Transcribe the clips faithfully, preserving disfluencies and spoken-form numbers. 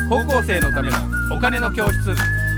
高校生のためのお金の教室。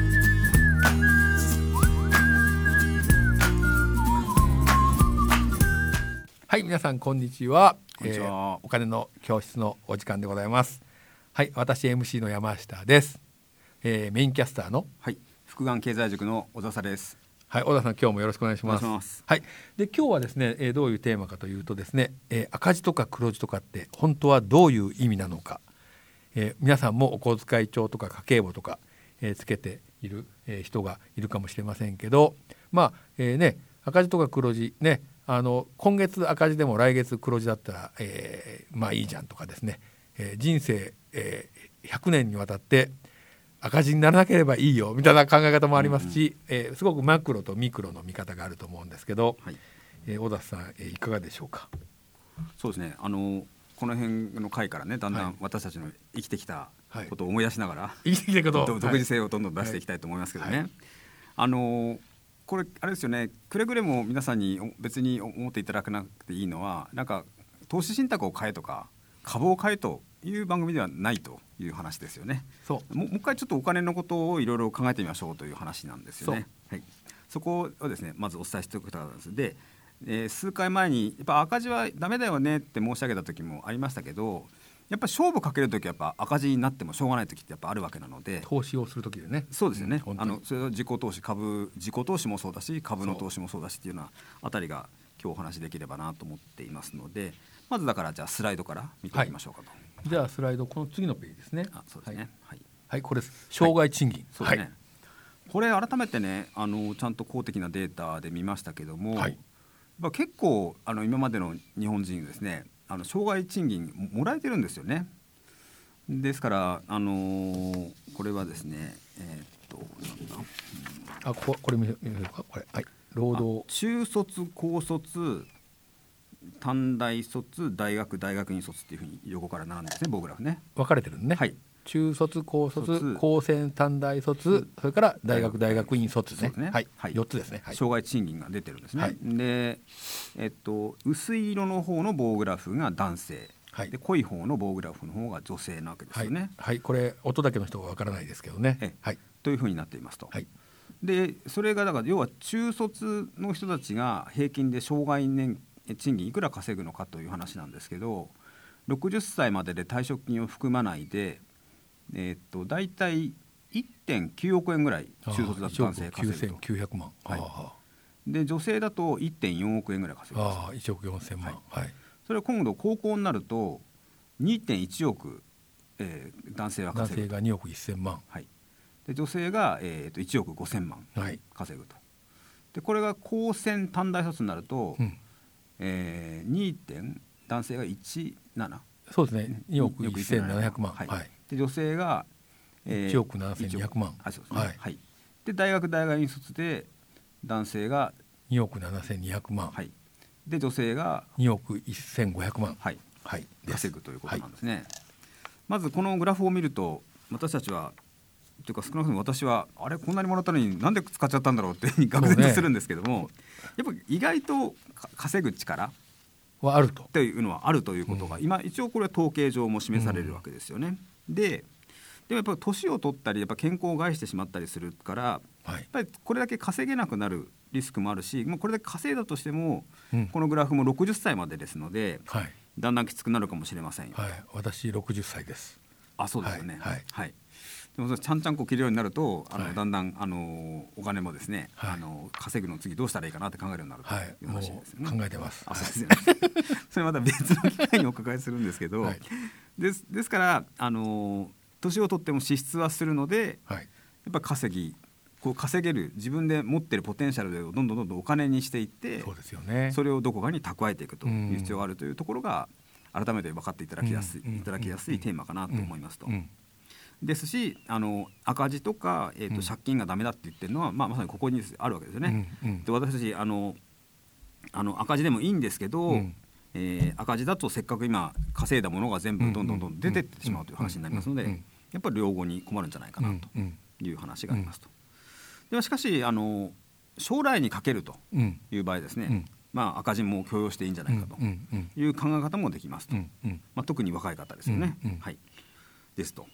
はい、皆さんこんにちは。 こんにちは、 えー、お金の教室のお時間でございます。はい、私 エムシー の山下です。えー、メインキャスターの、 はい、福眼経済塾の小笹です。 はい、小田さん今日もよろしくお願いします。 お願いします。 はい、で今日はですね、えー、どういうテーマかというとですね、えー、赤字とか黒字とかって本当はどういう意味なのか、えー、皆さんもお小遣い帳とか家計簿とか、えー、つけている、えー、人がいるかもしれませんけど、まあ、えー、ね、赤字とか黒字ね、あの今月赤字でも来月黒字だったら、えー、まあいいじゃんとかですね、えー、人生、えー、ひゃくねんにわたって赤字にならなければいいよみたいな考え方もありますし、うんうん、えー、すごくマクロとミクロの見方があると思うんですけど、はい、えー、小田さん、えー、いかがでしょうか。 そうですね、あのこの辺の回からね、だんだん私たちの生きてきたことを思い出しながら、はい、 生きてきたこと独自性をどんどん出していきたいと思いますけどね、はいはい、あのこれあれですよね、くれぐれも皆さんに別に思っていただかなくていいのは、なんか投資信託を買えとか株を買えという番組ではないという話ですよね。そうもう一回ちょっとお金のことをいろいろ考えてみましょうという話なんですよね。 そ,、はい、そこをですねまずお伝えしておくとですで、えー、数回前にやっぱ赤字はダメだよねって申し上げた時もありましたけど、やっぱ勝負かけるときはやっぱ赤字になってもしょうがないときってやっぱあるわけなので、 投資をするときでね。 そうですよね、 うん、 あのそれは自己投資株自己投資もそうだし株の投資もそうだしっていうようなあたりが今日お話しできればなと思っていますので、まずだからじゃあスライドから見ていきましょうかと、はい、 じゃあスライドこの次のページですね。 あそうですね、はい、 はい、これです生涯賃金、 はい、そうですね、はい、これ改めてねあのちゃんと公的なデータで見ましたけども、はい、まあ、結構あの今までの日本人ですねあの生涯賃金もらえてるんですよね。ですからあのー、これはですねえー、っとなんだ、 うん、あ こ, これ見るかこれ、はい、労働中卒高卒短大卒大学大学院卒っていうふうに横から並んでですね棒グラフね分かれてるね、はい、中卒高卒高専短大卒それから大学大学院卒ね、ね、はいはい、よっつですね、はい、 生涯賃金が出てるんですね、はい、で、えっと、薄い色の方の棒グラフが男性、はい、で濃い方の棒グラフの方が女性なわけですよね、 はいはい、これ音だけの人は分からないですけどね、え、 はい、というふうになっていますと、はい、でそれがだから要は中卒の人たちが平均で生涯年賃金いくら稼ぐのかという話なんですけど、ろくじゅっさいまでで退職金を含まないで、えー、っとだいたい いってんきゅうおくえんぐらい中卒だと男性稼ぐと、 きゅうせんきゅうひゃくまん、はい、 で女性だと いってんよんおくえんぐらい稼ぐんです。 あいちおくよんせんまん、はいはい、 それは今度高校になると にてんいちおく、えー、男性は稼ぐ、 男性がにおくせんまん、はい、 で女性が、えー、といちおくごせんまん稼ぐと、はい、でこれが高専短大卒になると、うん、えー、に点男性がいちなな、 そうですね、におくせんななひゃくまん、 はいはい、で女性が、 えー、いちおくななせんにひゃくまん、 あそうですね、はいはい、で大学大学院卒で男性がにおくななせんにひゃくまん、 はい、で女性がにおくせんごひゃくまん、 はいはい、稼ぐということなんですね、はい、まずこのグラフを見ると私たちはというか少なくとも私はあれこんなにもらったのになんで使っちゃったんだろうって愕然とするんですけども、ね、やっぱ意外と稼ぐ力はあるとっていうのはあるということが、うん、今一応これは統計上も示されるわけですよね、うん、で, でもやっぱり年を取ったりやっぱ健康を害してしまったりするから、はい、やっぱりこれだけ稼げなくなるリスクもあるし、もうこれだけ稼いだとしても、うん、このグラフもろくじゅっさいまでですので、はい、だんだんきつくなるかもしれませんよ、 はい、私ろくじゅっさいです。 あそうですよね、 はいはいはい、でもちゃんちゃんこ切るようになるとあの、はい、だんだんあのお金もですね、はい、あの稼ぐの次どうしたらいいかなって考えるようになるという話ですよね、 はい、もう考えてます。 あそうですよねそれまた別の機会にお伺いするんですけど、はい、ですですからあの年を取っても支出はするので、はい、やっぱ稼ぎこう稼げる自分で持っているポテンシャルをどんどんどんどんお金にしていって、 そうですよね、 それをどこかに蓄えていくという必要があるというところが改めて分かっていただきやすい、うん、いただきやすいテーマかなと思いますと、うんうん、ですしあの赤字とか、えーと、借金がダメだって言ってるのは、まあ、まさにここにあるわけですよね、うんうん、で私たちあのあの赤字でもいいんですけど、うんえー、赤字だとせっかく今稼いだものが全部どんどんどん出てってしまうという話になりますので、やっぱり両方に困るんじゃないかなという話がありますと。ではしかしあの将来にかけるという場合ですね、うんまあ、赤字も許容していいんじゃないかという考え方もできますと、うんうんまあ、特に若い方ですよね、うんうんはい、ですと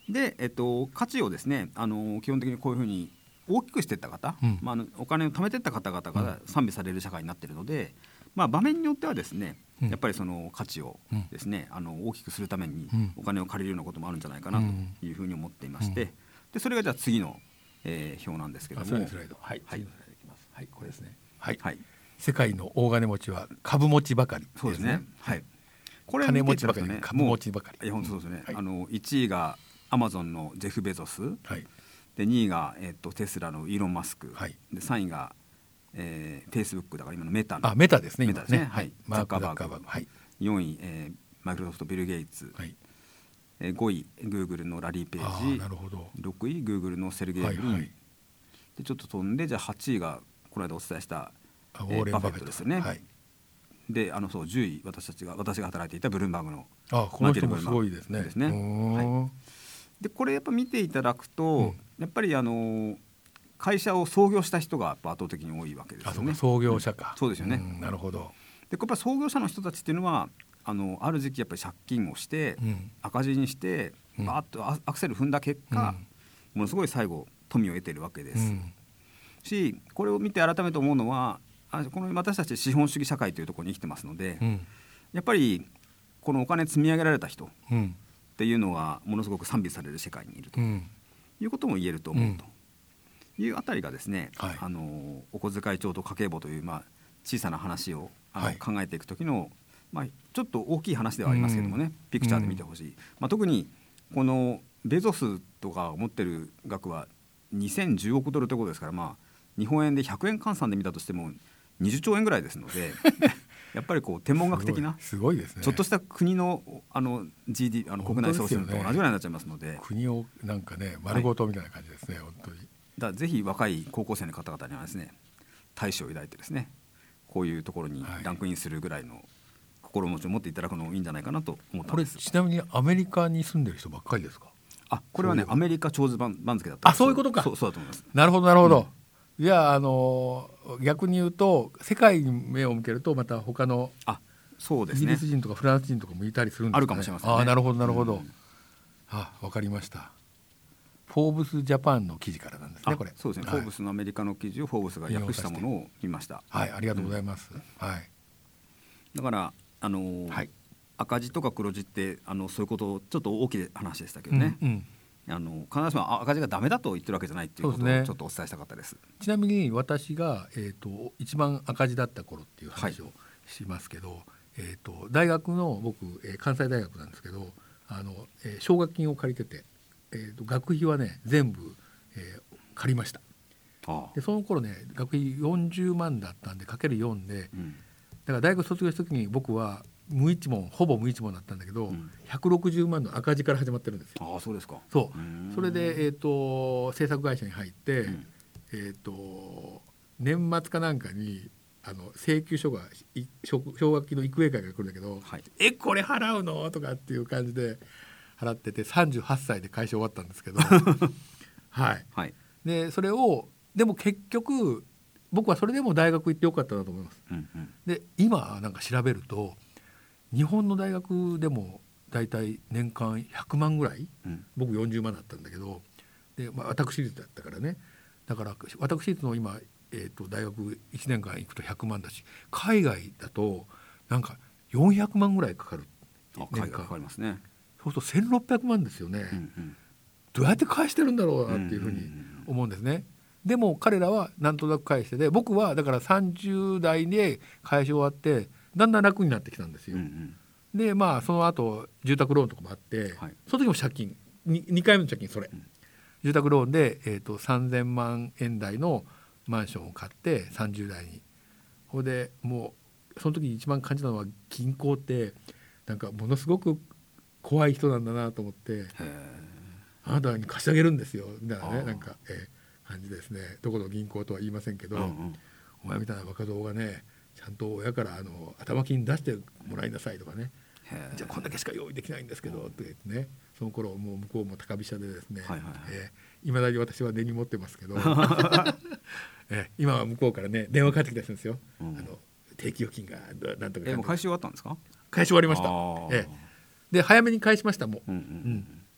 で、えっと、価値をですねあの基本的にこういうふうに大きくしていった方、うんまあ、あのお金を貯めていった方々が賛美される社会になっているので、まあ、場面によってはですねやっぱりその価値をですね、うん、あの大きくするためにお金を借りるようなこともあるんじゃないかなというふうに思っていまして、うん、でそれがじゃあ次の、えー、表なんですけども、 はいはい、はい、これですね、はいはい、世界の大金持ちは株持ちばかりですね。 そうですね、はい、これ金持ちばかり、株持ちばかり。 いや本当そうですね、はい、あのいちいがアマゾンのジェフ・ベゾス、はい、でにいが、えー、とテスラのイーロン・マスク、はい、でさんいが、えー、フェイスブックだから今のメタのあメタですね、 メタですね、 はい、 ザッカーバーグ、はい、よんい、えー、マイクロソフトビル・ゲイツ、はい、えー、ごいグーグルのラリー・ページ、 なるほど、 ろくいグーグルのセルゲイ・ブリン、はいはい、でちょっと飛んでじゃあはちいがこの間お伝えしたウォーレン・バフェットですよね、はい、であのそうじゅうい私たちが私が働いていたブルームバーグのあこの人もすごいですね。 ですね、はい、でこれやっぱ見ていただくと、うん、やっぱりあの会社を創業した人がやっぱ圧倒的に多いわけですよね。 あそうか創業者か、 うん、そうですよね、 うん、なるほど。 でやっぱ創業者の人たちっていうのはあのある時期やっぱり借金をして、うん、赤字にしてバーッとアクセル踏んだ結果、うん、ものすごい最後富を得ているわけです、うん、しこれを見て改めて思うのはあこの私たち資本主義社会というところに生きてますので、うん、やっぱりこのお金積み上げられた人っていうのがものすごく賛美される世界にいると、うん、いうことも言えると思うというあたりがですね、はい、あのお小遣い帳と家計簿という、まあ、小さな話をあの、はい、考えていく時の、まあ、ちょっと大きい話ではありますけどもね、うん、ピクチャーで見てほしい、まあ、特にこのベゾスとか持ってる額はにせんじゅうおくドルということですから、まあ、日本円でひゃくえん換算で見たとしてもにじゅっちょうえんぐらいですのでやっぱりこう天文学的なすごいですね、 ちょっとした国の、あの ジーディー あの国内総数と同じぐらいになっちゃいますので、 国をなんかね丸ごとみたいな感じですね、はい、本当に。 だからぜひ若い高校生の方々にはですね大志を抱いてですねこういうところにランクインするぐらいの心持ちを持っていただくのもいいんじゃないかなと思ったんです。 これちなみにアメリカに住んでる人ばっかりですか？ あこれはねアメリカ長寿番付だった。 あそういうことか。 そう、そうだと思います。 なるほどなるほど、うん、いやあの逆に言うと世界に目を向けるとまた他のあそうですね、 イギリス人とかフランス人とかもいたりするんですかね。 あるかもしれませんね。 あなるほどなるほど、うん、あわかりました。フォーブスジャパンの記事からなんですねこれ。 そうですね、はい、フォーブスのアメリカの記事をフォーブスが訳したものを見ました。 はいありがとうございます、うん、はい、 だからあのーはい、赤字とか黒字ってあのそういうことちょっと大きい話でしたけどね、うんうんあの必ずしも赤字がダメだと言ってるわけじゃないっていうことをちょっとお伝えしたかったです。 ちなみに私が、えーと、一番赤字だった頃っていう話をしますけど、はいえーと、大学の僕、えー、関西大学なんですけどあの、えー、奨学金を借りてて、えーと、学費はね全部、えー、借りました。ああでその頃ね学費よんじゅうまんだったんでかけるよんで、うん、だから大学卒業した時に僕は無一文ほぼ無一文だったんだけど、うん、ひゃくろくじゅうまんの赤字から始まってるんですよ。 ああそうですか。 そうそれで、えーと、制作会社に入って、うんえーと、年末かなんかにあの請求書が奨学金の育英会が来るんだけど、はい、えこれ払うのとかっていう感じで払っててさんじゅうはっさいで会社終わったんですけどはい、はい、でそれをでも結局僕はそれでも大学行ってよかったなと思います、うんうん、で今なんか調べると日本の大学でもだいたい年間ひゃくまんぐらい、うん、僕よんじゅうまんだったんだけどで、まあ、私立だったからねだから私立の今、えーと、大学いちねんかん行くとひゃくまんだし海外だとなんかよんひゃくまんぐらいかかる。 あ海外かかりますね。 そうするとせんろっぴゃくまんですよね、うんうん、どうやって返してるんだろうなっていうふうに思うんですね、うんうんうん、でも彼らはなんとなく返してで僕はだからさんじゅう代で返し終わってだんだん楽になってきたんですよ、うんうんでまあその後住宅ローンとかもあって、はい、その時も借金 2, にかいめの借金それ、うん、住宅ローンで、えー、とさんぜんまんえん台のマンションを買ってさんじゅう代にそれでもうその時に一番感じたのは銀行ってなんかものすごく怖い人なんだなと思ってあなたに貸してあげるんですよみたいなねなんか、えー、感じですね。どこの銀行とは言いませんけど、うんうん、お前みたいな若造がねちゃんと親からあの頭金出してもらいなさいとかねじゃあこんだけしか用意できないんですけどって言ってねその頃もう向こうも高飛車でですね、はいはいはいえー、未だに私は根に持ってますけど、えー、今は向こうからね電話かかってきたりするんですよ、うん、あの定期預金がなんとかえー、もう返し終わったんですか？ 返し終わりました、えー、で早めに返しましたもう、うんうんうん、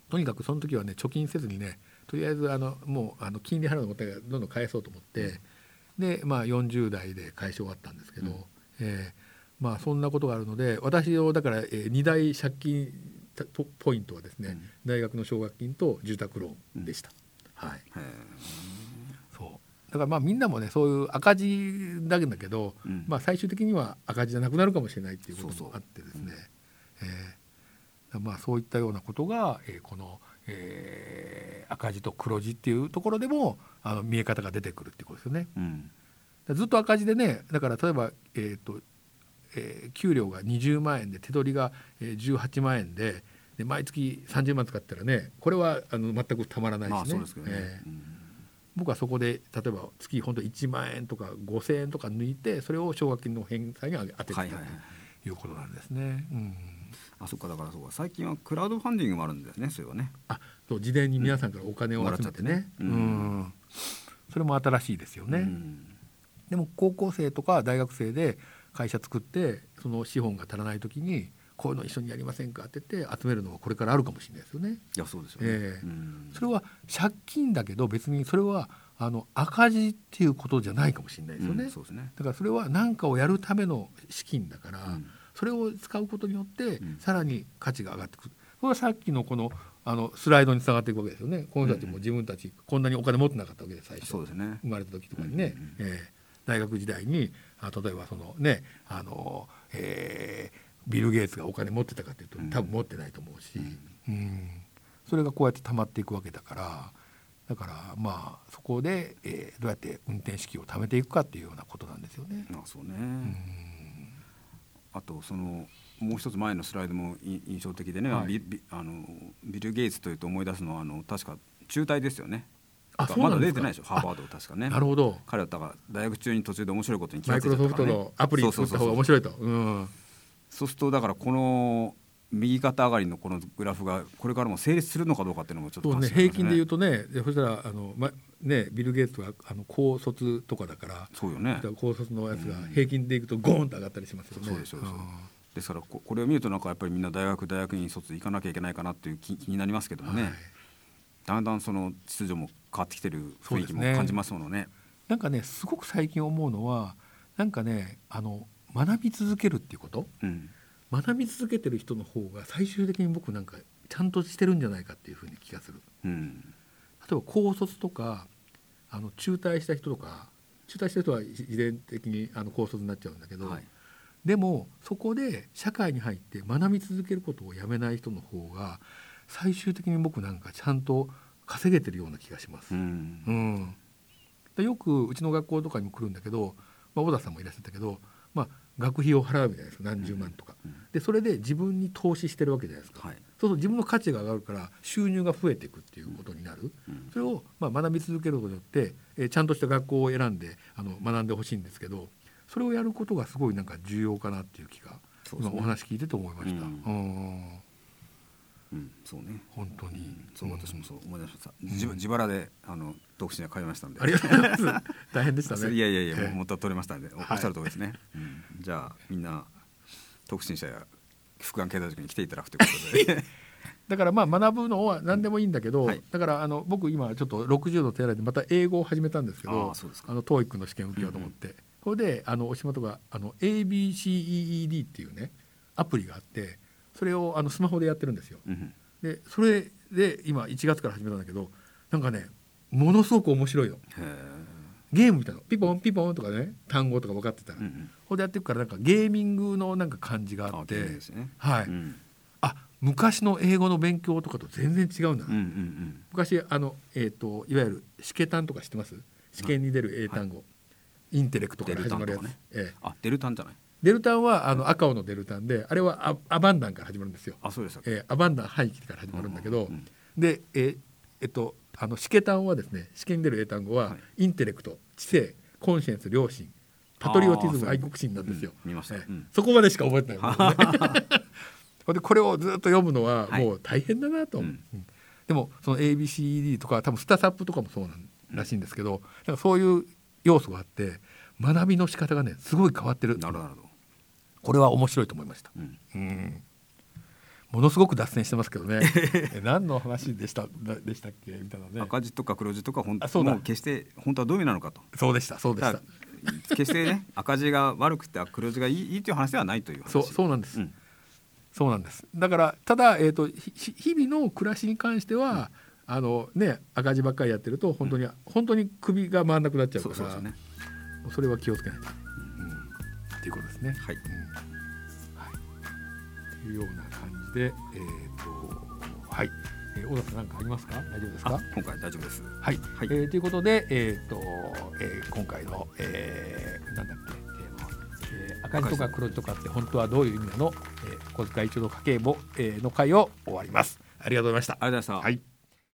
とにかくその時はね貯金せずにねとりあえずあのもうあの金利払うのもったいないからどんどん返そうと思って、うん、でまあよんじゅう代で返し終わったんですけど、うんえー、まあそんなことがあるので私をだから、えー、に大借金ポイントはですね、うん、大学の奨学金と住宅ローンでした、うんはい、そうだからまあみんなもねそういう赤字だけだけど、うんまあ、最終的には赤字じゃなくなるかもしれないっていうこともあってですねそうそう、えーまあ、そういったようなことが、えー、この、えー、赤字と黒字っていうところでもあの見え方が出てくるっていうことですよね、うん、ずっと赤字でねだから例えば、えーとえー、給料がにじゅうまん円で手取りがじゅうはちまん円で、で毎月さんじゅうまん使ったらねこれはあの全くたまらないしね、まあそうですけどね、えーうん、僕はそこで例えば月本当いちまん円とかごせんえんとか抜いてそれを奨学金の返済に当ててたということなんですね、うん、 あそっかだからそうか最近はクラウドファンディングもあるんだよねそれはねあそう事前に皆さんからお金を集めてね、うんうん、それも新しいですよね、うん、でも高校生とか大学生で会社作ってその資本が足らない時にこういうの一緒にやりませんかって言って集めるのはこれからあるかもしれないですよね。 いやそうですよね、えーうん、 それは借金だけど別にそれはあの赤字っていうことじゃないかもしれないですよね、うん、そうですね。だからそれは何かをやるための資金だから、うん、それを使うことによってさらに価値が上がってくる。それはさっきのこのあのスライドにつながっていくわけですよね。この人たちも自分たちこんなにお金持ってなかったわけで最初、そうですね、生まれた時とかにね、うんうんうんえー、大学時代にあ例えばそのねあの、えー、ビル・ゲイツがお金持ってたかというと多分持ってないと思うし、うんうん、それがこうやって溜まっていくわけだからだからまあそこで、えー、どうやって運転資金を貯めていくかっていうようなことなんですよね。 あそうね、うん、あとそのもう一つ前のスライドも印象的でね、はい、ビ, ビ, あのビル・ゲイツというと思い出すのはあの確か中退ですよね。あまだ出てないでしょハーバード確かね。 なるほど。 彼だったから大学中に途中で面白いことに気がついちゃったからね。マイクロソフトのアプリに作った方が面白いと。 そうするとだからこの右肩上がりのこのグラフがこれからも成立するのかどうかっていうのもちょっと関心がありますね。平均で言うとねそしたらあの、まね、ビル・ゲイツはあの高卒とかだからそうよ、ね、 高卒のやつが平均でいくとゴーンと上がったりしますよね、うん、そうですそうです、 ですからこれを見るとなんかやっぱりみんな大学大学院卒行かなきゃいけないかなっていう 気, 気になりますけどもね、はい、だんだんその秩序も変わってきてる雰囲気も感じますもの ね, ねなんかねすごく最近思うのはなんかねあの学び続けるっていうこと、うん、学び続けてる人の方が最終的に僕なんかちゃんとしてるんじゃないかっていうふうに気がする、うん、例えば高卒とかあの中退した人とか中退した人は自然的にあの高卒になっちゃうんだけど、はい、でもそこで社会に入って学び続けることをやめない人の方が最終的に僕なんかちゃんと稼げてるような気がします、うんうん、でよくうちの学校とかにも来るんだけど、まあ、小田さんもいらっしゃったけど、まあ、学費を払うみたいです何十万とか、うんうん、でそれで自分に投資してるわけじゃないですか、はい、そうすると自分の価値が上がるから収入が増えていくっていうことになる、うん、それをまあ学び続けることによって、えー、ちゃんとした学校を選んであの学んでほしいんですけどそれをやることがすごいなんか重要かなっていう気が、今お話聞いてて思いました、うんうんうん、そうね本当に、うん、 そう私もそう思い出しました、うん、自, 自腹であの独身に通いましたんでありがとうございます大変でしたねいやいやいや、えー、もっと取れましたんで、はい、おっしゃるとおりですね、うん、じゃあみんな特進者や福眼経済塾に来ていただくということでだからまあ学ぶのは何でもいいんだけど、はい、だからあの僕今ちょっとろくじゅうど手洗いでまた英語を始めたんですけど、あの トーイック の試験を受けようと思って、うんうん、それであのお仕事があの エービーシーイーイーディー っていうねアプリがあってそれをあのスマホでやってるんですよ、うん、でそれで今いちがつから始めたんだけどなんかねものすごく面白いの。ゲームみたいなピポンピポンとかね単語とか分かってたら、うんうん、これでやっていくからなんかゲーミングのなんか感じがあって、ね、はい、うん、あ昔の英語の勉強とかと全然違うんだな、うんうんうん、昔あの、えーと、いわゆる試験単とか知ってます？試験に出る英単語、はい、インテレクトから始まるやつ、ねええ、 あデルタンじゃない？ デルタンはあの赤尾のデルタンであれは ア, アバンダンから始まるんですよ。 あそうです、 えー、アバンダン廃棄から始まるんだけど、うんうん、で、えー、えっとあの試験単はですね試験に出る英単語は、はい、インテレクト、知性、コンシェンス、良心、パトリオティズム、愛国心なんですよ、 うん、見ました、えーうん、 そこまでしか覚えてないもんねでこれをずっと読むのはもう大変だなと、はいうんうん、でもその エービーシーイーディー とか多分スタサップとかもそうなんらしいんですけど、なんかそういう要素があって学びの仕方がねすごい変わってる。 なるほど。 これは面白いと思いました、うんうん、 ものすごく脱線してますけどねえ何の話でしたでしたっけみたいなね。 赤字とか黒字とか本当もう決して本当はどういう意味なのかと。 そうでしたそうでした。 決してね赤字が悪くて黒字がいい、いいという話ではないという話。 そうそうなんです、 うん、 そうなんです。だからただ、えーと、日々の暮らしに関しては、うん、あのね、赤字ばっかりやってると本当に、うん、本当に首が回んなくなっちゃうから、そうそうそう、ね、それは気をつけないと、うん、っていうことですね。 はい、うん、 はい、というような感じで、えーとはい、えー、小田さん何かありますか？大丈夫ですか？ 今回大丈夫です。 はい、はい、えー、ということで、えーとえー、今回の、えー、なんだっけえー、赤字とか黒字とかって本当はどういう意味なの、えー、小遣い一度家計簿、えー、の回を終わります。ありがとうございました。 ありがとうございました。 はい。